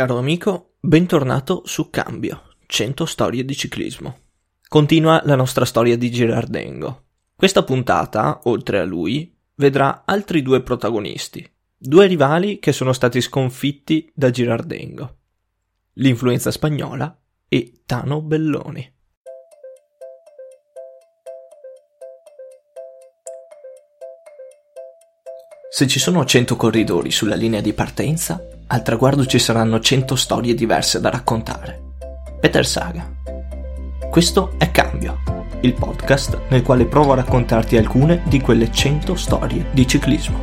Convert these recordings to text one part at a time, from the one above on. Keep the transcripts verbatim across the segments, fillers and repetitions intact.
Caro amico, bentornato su Cambio, cento storie di ciclismo. Continua la nostra storia di Girardengo. Questa puntata, oltre a lui, vedrà altri due protagonisti, due rivali che sono stati sconfitti da Girardengo, l'influenza spagnola e Tano Belloni. Se ci sono cento corridori sulla linea di partenza, al traguardo ci saranno cento storie diverse da raccontare. Peter Sagan. Questo è Cambio, il podcast nel quale provo a raccontarti alcune di quelle cento storie di ciclismo.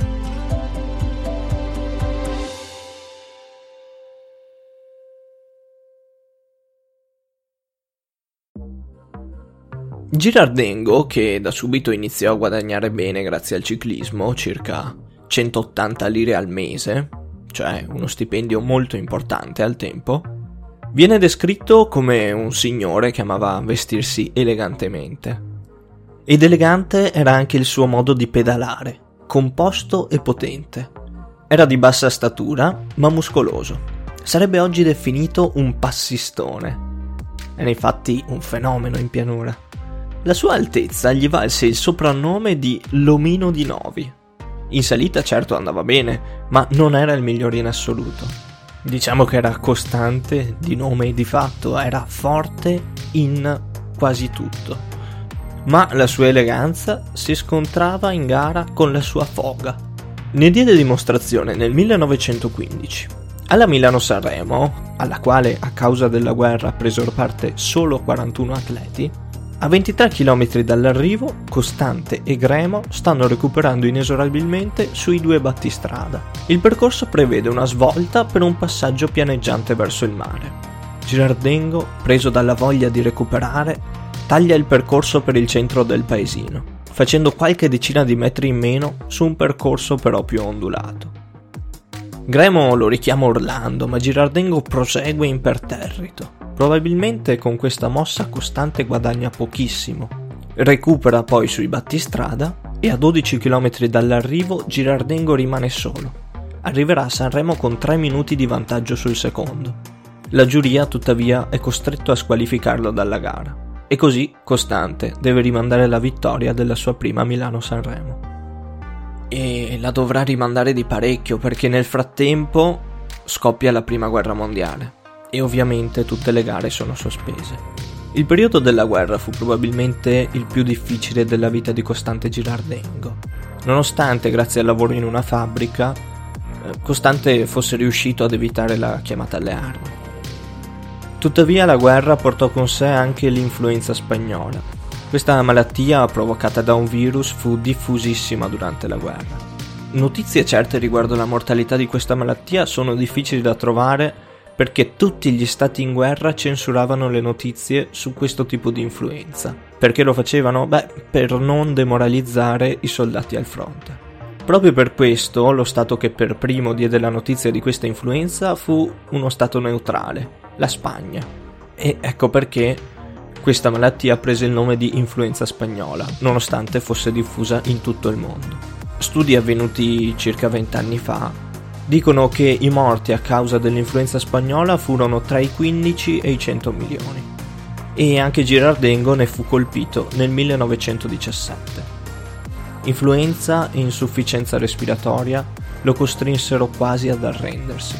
Girardengo, che da subito iniziò a guadagnare bene grazie al ciclismo, circa centottanta lire al mese, cioè uno stipendio molto importante al tempo, viene descritto come un signore che amava vestirsi elegantemente. Ed elegante era anche il suo modo di pedalare, composto e potente. Era di bassa statura, ma muscoloso. Sarebbe oggi definito un passistone. Era infatti un fenomeno in pianura. La sua altezza gli valse il soprannome di l'omino di Novi. In salita certo andava bene, ma non era il migliore in assoluto. Diciamo che era costante di nome e di fatto, era forte in quasi tutto. Ma la sua eleganza si scontrava in gara con la sua foga. Ne diede dimostrazione nel millenovecentoquindici. Alla Milano-Sanremo, alla quale a causa della guerra presero parte solo quarantuno atleti, a ventitré chilometri dall'arrivo, Costante e Gremo stanno recuperando inesorabilmente sui due battistrada. Il percorso prevede una svolta per un passaggio pianeggiante verso il mare. Girardengo, preso dalla voglia di recuperare, taglia il percorso per il centro del paesino, facendo qualche decina di metri in meno su un percorso però più ondulato. Gremo lo richiama urlando, ma Girardengo prosegue imperterrito. Probabilmente con questa mossa Costante guadagna pochissimo. Recupera poi sui battistrada e a dodici chilometri dall'arrivo Girardengo rimane solo. Arriverà a Sanremo con tre minuti di vantaggio sul secondo. La giuria tuttavia è costretto a squalificarlo dalla gara. E così Costante deve rimandare la vittoria della sua prima Milano-Sanremo. E la dovrà rimandare di parecchio perché nel frattempo scoppia la prima guerra mondiale. E ovviamente tutte le gare sono sospese. Il periodo della guerra fu probabilmente il più difficile della vita di Costante Girardengo. Nonostante, grazie al lavoro in una fabbrica, Costante fosse riuscito ad evitare la chiamata alle armi. Tuttavia la guerra portò con sé anche l'influenza spagnola. Questa malattia, provocata da un virus, fu diffusissima durante la guerra. Notizie certe riguardo la mortalità di questa malattia sono difficili da trovare perché tutti gli stati in guerra censuravano le notizie su questo tipo di influenza. Perché lo facevano? Beh, per non demoralizzare i soldati al fronte. Proprio per questo, lo stato che per primo diede la notizia di questa influenza fu uno stato neutrale, la Spagna. E ecco perché questa malattia prese il nome di influenza spagnola, nonostante fosse diffusa in tutto il mondo. Studi avvenuti circa vent'anni fa dicono che i morti a causa dell'influenza spagnola furono tra i quindici e i cento milioni. E anche Girardengo ne fu colpito nel millenovecentodiciassette. Influenza e insufficienza respiratoria lo costrinsero quasi ad arrendersi.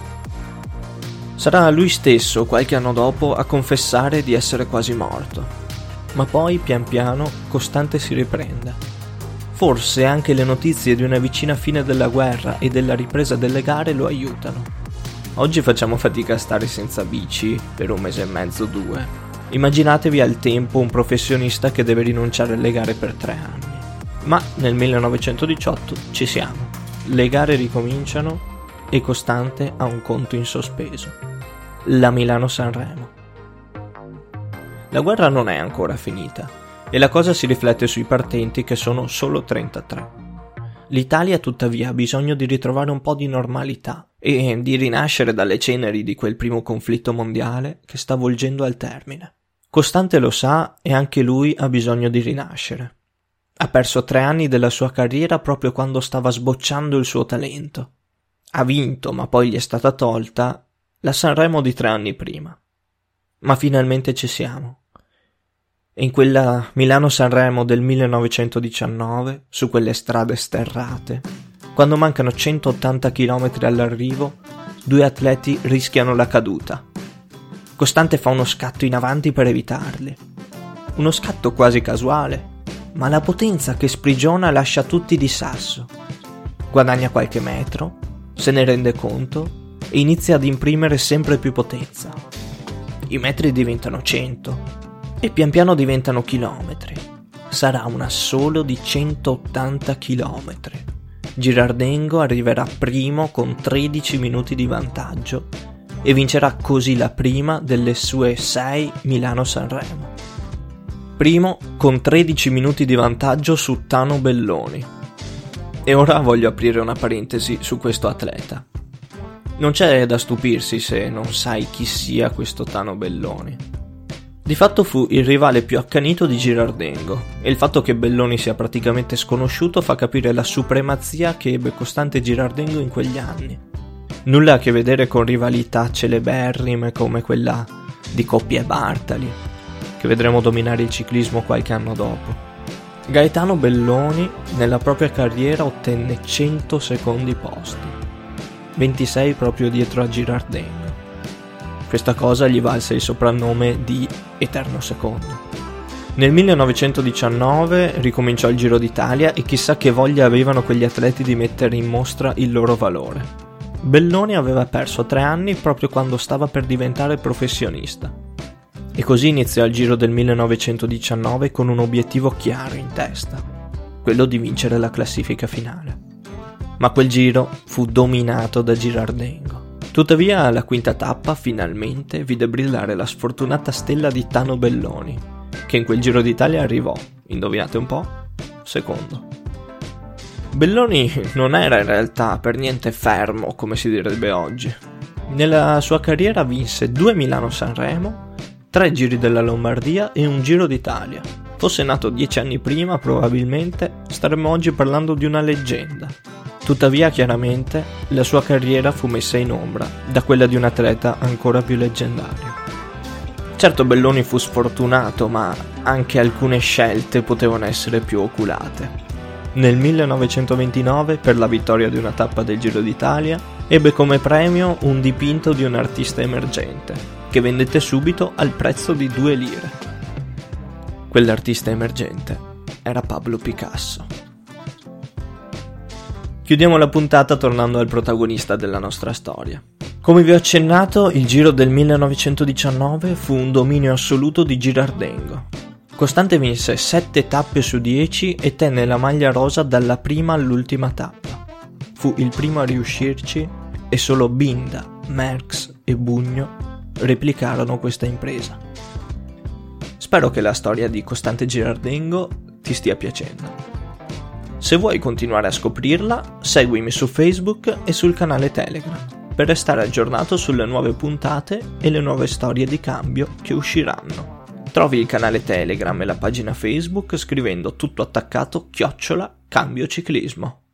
Sarà lui stesso qualche anno dopo a confessare di essere quasi morto, ma poi pian piano Costante si riprende. Forse anche le notizie di una vicina fine della guerra e della ripresa delle gare lo aiutano. Oggi facciamo fatica a stare senza bici per un mese e mezzo, due. Immaginatevi al tempo un professionista che deve rinunciare alle gare per tre anni. Ma nel millenovecentodiciotto ci siamo. Le gare ricominciano e Costante ha un conto in sospeso. La Milano-Sanremo. La guerra non è ancora finita. E la cosa si riflette sui partenti che sono solo trentatré. L'Italia tuttavia ha bisogno di ritrovare un po' di normalità e di rinascere dalle ceneri di quel primo conflitto mondiale che sta volgendo al termine. Costante lo sa e anche lui ha bisogno di rinascere. Ha perso tre anni della sua carriera proprio quando stava sbocciando il suo talento. Ha vinto, ma poi gli è stata tolta la Sanremo di tre anni prima. Ma finalmente ci siamo. E in quella Milano-Sanremo del millenovecentodiciannove, su quelle strade sterrate, quando mancano centottanta chilometri all'arrivo, due atleti rischiano la caduta. Costante fa uno scatto in avanti per evitarli. Uno scatto quasi casuale, ma la potenza che sprigiona lascia tutti di sasso. Guadagna qualche metro, se ne rende conto e inizia ad imprimere sempre più potenza. I metri diventano cento e pian piano diventano chilometri. Sarà un assolo di centottanta chilometri. Girardengo arriverà primo con tredici minuti di vantaggio e vincerà così la prima delle sue sei Milano-Sanremo. Primo con tredici minuti di vantaggio su Tano Belloni. E ora voglio aprire una parentesi su questo atleta. Non c'è da stupirsi se non sai chi sia questo Tano Belloni. Di fatto fu il rivale più accanito di Girardengo, e il fatto che Belloni sia praticamente sconosciuto fa capire la supremazia che ebbe Costante Girardengo in quegli anni. Nulla a che vedere con rivalità celeberrime come quella di Coppi e Bartali, che vedremo dominare il ciclismo qualche anno dopo. Gaetano Belloni nella propria carriera ottenne cento secondi posti, ventisei proprio dietro a Girardengo. Questa cosa gli valse il soprannome di Eterno Secondo. Nel millenovecentodiciannove ricominciò il Giro d'Italia e chissà che voglia avevano quegli atleti di mettere in mostra il loro valore. Belloni aveva perso tre anni proprio quando stava per diventare professionista. E così iniziò il Giro del millenovecentodiciannove con un obiettivo chiaro in testa, quello di vincere la classifica finale. Ma quel giro fu dominato da Girardengo. Tuttavia la quinta tappa finalmente vide brillare la sfortunata stella di Tano Belloni, che in quel Giro d'Italia arrivò, indovinate un po', secondo. Belloni non era in realtà per niente fermo, come si direbbe oggi. Nella sua carriera vinse due Milano-Sanremo, tre Giri della Lombardia e un Giro d'Italia. Fosse nato dieci anni prima, probabilmente staremmo oggi parlando di una leggenda. Tuttavia, chiaramente, la sua carriera fu messa in ombra da quella di un atleta ancora più leggendario. Certo, Belloni fu sfortunato, ma anche alcune scelte potevano essere più oculate. Nel millenovecentoventinove, per la vittoria di una tappa del Giro d'Italia, ebbe come premio un dipinto di un artista emergente, che vendette subito al prezzo di due lire. Quell'artista emergente era Pablo Picasso. Chiudiamo la puntata tornando al protagonista della nostra storia. Come vi ho accennato, il Giro del millenovecentodiciannove fu un dominio assoluto di Girardengo. Costante vinse sette tappe su dieci e tenne la maglia rosa dalla prima all'ultima tappa. Fu il primo a riuscirci e solo Binda, Merckx e Bugno replicarono questa impresa. Spero che la storia di Costante Girardengo ti stia piacendo. Se vuoi continuare a scoprirla, seguimi su Facebook e sul canale Telegram per restare aggiornato sulle nuove puntate e le nuove storie di cambio che usciranno. Trovi il canale Telegram e la pagina Facebook scrivendo tutto attaccato chiocciola Cambio Ciclismo.